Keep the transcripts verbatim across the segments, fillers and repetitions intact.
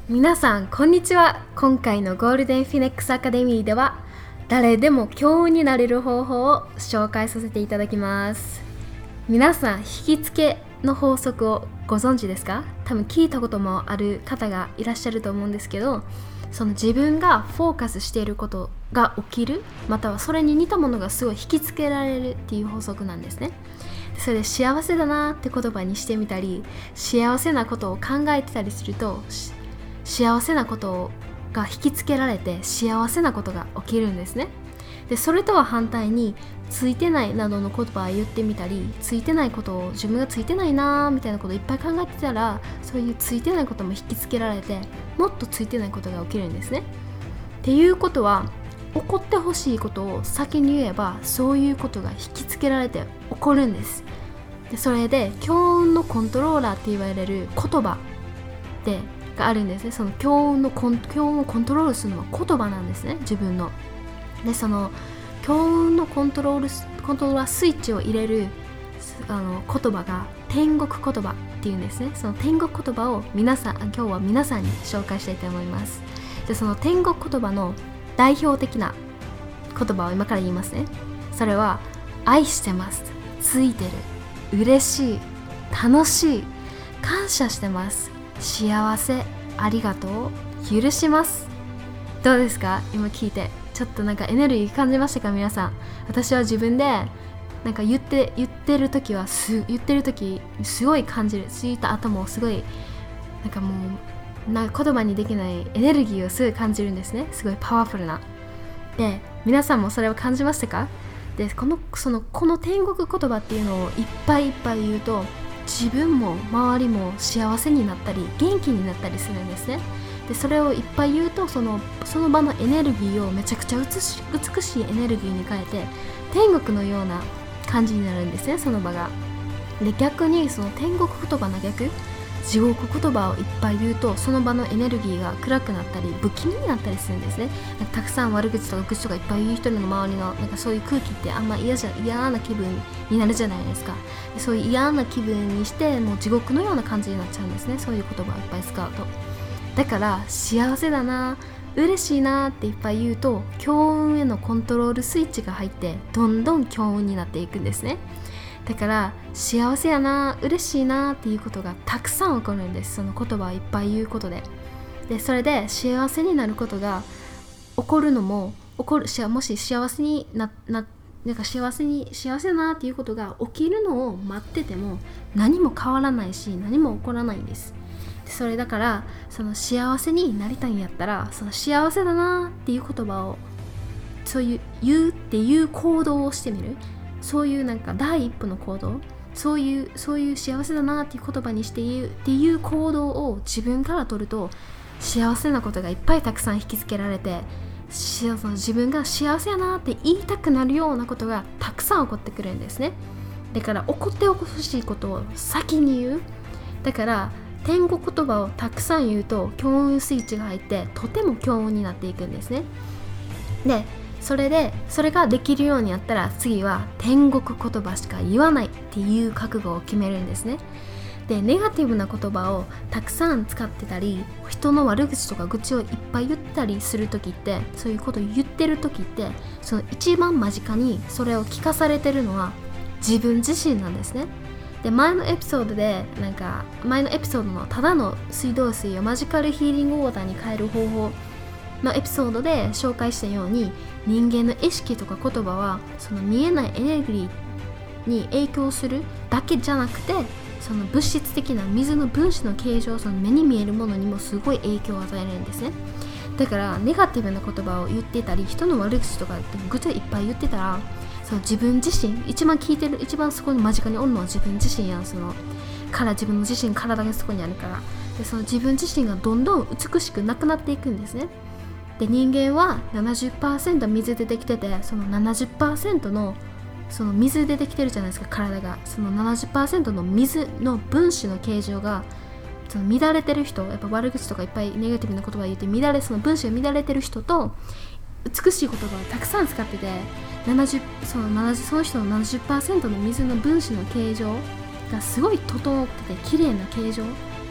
皆さんこんにちは。今回のゴールデンフィネックスアカデミーでは誰でも強運になれる方法を紹介させていただきます。皆さん引きつけの法則をご存知ですか？多分聞いたこともある方がいらっしゃると思うんですけど、その自分がフォーカスしていることが起きる、またはそれに似たものがすごい引きつけられるっていう法則なんですね。それで幸せだなって言葉にしてみたり、幸せなことを考えてたりすると幸せなことが引きつけられて幸せなことが起きるんですね。でそれとは反対についてないなどの言葉を言ってみたり、ついてないことを自分がついてないなみたいなことをいっぱい考えてたら、そういうついてないことも引きつけられてもっとついてないことが起きるんですね。っていうことは、起こってほしいことを先に言えばそういうことが引きつけられて起こるんです。でそれで強運のコントローラーって言われる言葉でがあるんですね。その強運のコン強運をコントロールするのは言葉なんですね、自分の。でその強運のコントロールコントローラースイッチを入れるあの言葉が天国言葉っていうんですね。その天国言葉を皆さん今日は皆さんに紹介したいと思います。でその天国言葉の代表的な言葉を今から言いますね。それは愛してます、ついてる、嬉しい、楽しい、感謝してます、幸せ、ありがとう、許します。どうですか？今聞いてちょっとなんかエネルギー感じましたか？皆さん。私は自分でなんか言って言ってる時はす言ってる時すごい感じる。言った後もすごいなんかもうな言葉にできないエネルギーをすごい感じるんですね。すごいパワフルな。で皆さんもそれを感じましたか？でこのそのこの天国言葉っていうのをいっぱいいっぱい言うと、自分も周りも幸せになったり元気になったりするんですね。でそれをいっぱい言うと、そのその場のエネルギーをめちゃくちゃ美し美しいエネルギーに変えて天国のような感じになるんですね、その場が。で逆にその天国言葉の逆、地獄言葉をいっぱい言うと、その場のエネルギーが暗くなったり不気味になったりするんですね。なんかたくさん悪口とか愚痴とかいっぱい言う人の周りのなんかそういう空気ってあんま嫌じゃ嫌な気分になるじゃないですか。でそういう嫌な気分にしてもう地獄のような感じになっちゃうんですね、そういう言葉をいっぱい使うと。だから幸せだな、嬉しいなっていっぱい言うと、強運へのコントロールスイッチが入ってどんどん強運になっていくんですね。だから幸せやな、嬉しいなっていうことがたくさん起こるんです、その言葉をいっぱい言うことで。でそれで幸せになることが起こるのも起こるし、もし幸せになななんか幸せに幸せだなっていうことが起きるのを待ってても何も変わらないし何も起こらないんです。それだからその幸せになりたいんやったら、その幸せだなっていう言葉をそういう言うっていう行動をしてみる。そういうなんか第一歩の行動、そういうそういう幸せだなっていう言葉にして言うっていう行動を自分から取ると、幸せなことがいっぱいたくさん引きつけられて、その自分が幸せやなって言いたくなるようなことがたくさん起こってくるんですね。だから起こってほしいことを先に言う。だから天国言葉をたくさん言うと強運スイッチが入ってとても強運になっていくんですね。でそれでそれができるようになったら、次は天国言葉しか言わないっていう覚悟を決めるんですね。でネガティブな言葉をたくさん使ってたり、人の悪口とか愚痴をいっぱい言ったりするときって、そういうことを言ってるときって、その一番間近にそれを聞かされてるのは自分自身なんですね。で前のエピソードでなんか前のエピソードのただの水道水をマジカルヒーリングウォーターに変える方法のエピソードで紹介したように、人間の意識とか言葉はその見えないエネルギーに影響するだけじゃなくて、その物質的な水の分子の形状、その目に見えるものにもすごい影響を与えるんですね。だからネガティブな言葉を言ってたり、人の悪口とか愚痴をいっぱい言ってたら、その自分自身一番聞いてる、一番そこに間近におるのは自分自身やん。そのから自分の自身体がそこにあるから。でその自分自身がどんどん美しくなくなっていくんですね。で人間は ななじゅっパーセント 水でできてて、その ななじゅっパーセント のその水でできてるじゃないですか、体が。その ななじゅっパーセント の水の分子の形状がその乱れてる人、やっぱ悪口とかいっぱいネガティブな言葉を言って乱れその分子が乱れてる人と、美しい言葉をたくさん使ってて、ななじゅうそのななじゅうその人の ななじゅっパーセント の水の分子の形状がすごい整ってて綺麗な形状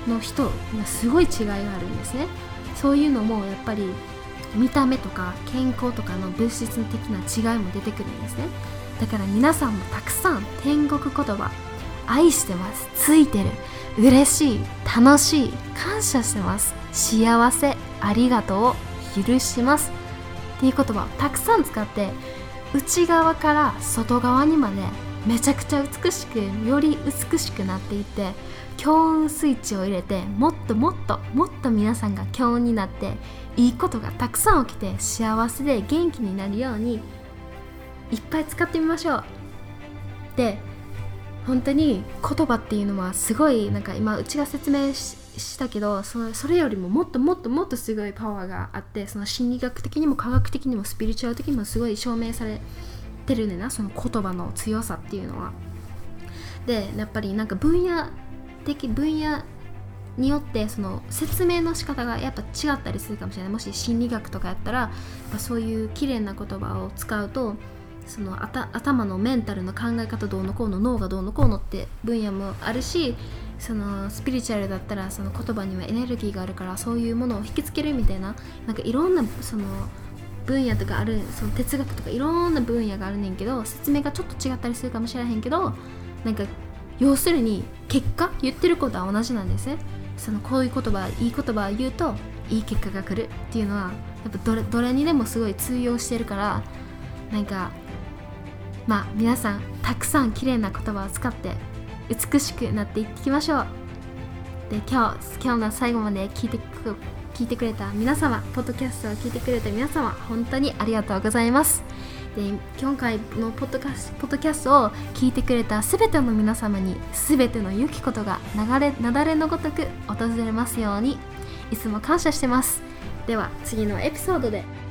の人にはすごい違いがあるんですね。そういうのもやっぱり見た目とか健康とかの物質的な違いも出てくるんですね。だから皆さんもたくさん天国言葉、愛してます、ついてる、嬉しい、楽しい、感謝してます、幸せ、ありがとう、許しますっていう言葉をたくさん使って、内側から外側にまでめちゃくちゃ美しく、より美しくなっていって、強運スイッチを入れて、もっともっともっと皆さんが強運になって、いいことがたくさん起きて、幸せで元気になるようにいっぱい使ってみましょう。で、本当に言葉っていうのはすごい、なんか今うちが説明 し, したけどそのそれよりももっともっともっとすごいパワーがあって、その心理学的にも科学的にもスピリチュアル的にもすごい証明されてるねんな、その言葉の強さっていうのは。で、やっぱりなんか分野的分野によってその説明の仕方がやっぱ違ったりするかもしれない。もし心理学とかやったら、やっぱそういう綺麗な言葉を使うと、その頭のメンタルの考え方どうのこうの、脳がどうのこうのって分野もあるし、そのスピリチュアルだったらその言葉にはエネルギーがあるから、そういうものを引きつけるみたいな、なんかいろんなその分野とかある、その哲学とかいろんな分野があるねんけど、説明がちょっと違ったりするかもしれへんけど、なんか要するに結果言ってることは同じなんですね。そのこういう言葉、いい言葉を言うといい結果が来るっていうのは、やっぱどれ、どれにでもすごい通用してるから、なんかまあ皆さんたくさん綺麗な言葉を使って美しくなっていきましょう。で、今日今日の最後まで聞いて聞いてくれた皆様、ポッドキャストを聞いてくれた皆様、本当にありがとうございます。で、今回のポッドキャスト、ポッドキャストを聞いてくれたすべての皆様に、すべての良きことが流れなだれのごとく訪れますように、いつも感謝してます。では次のエピソードで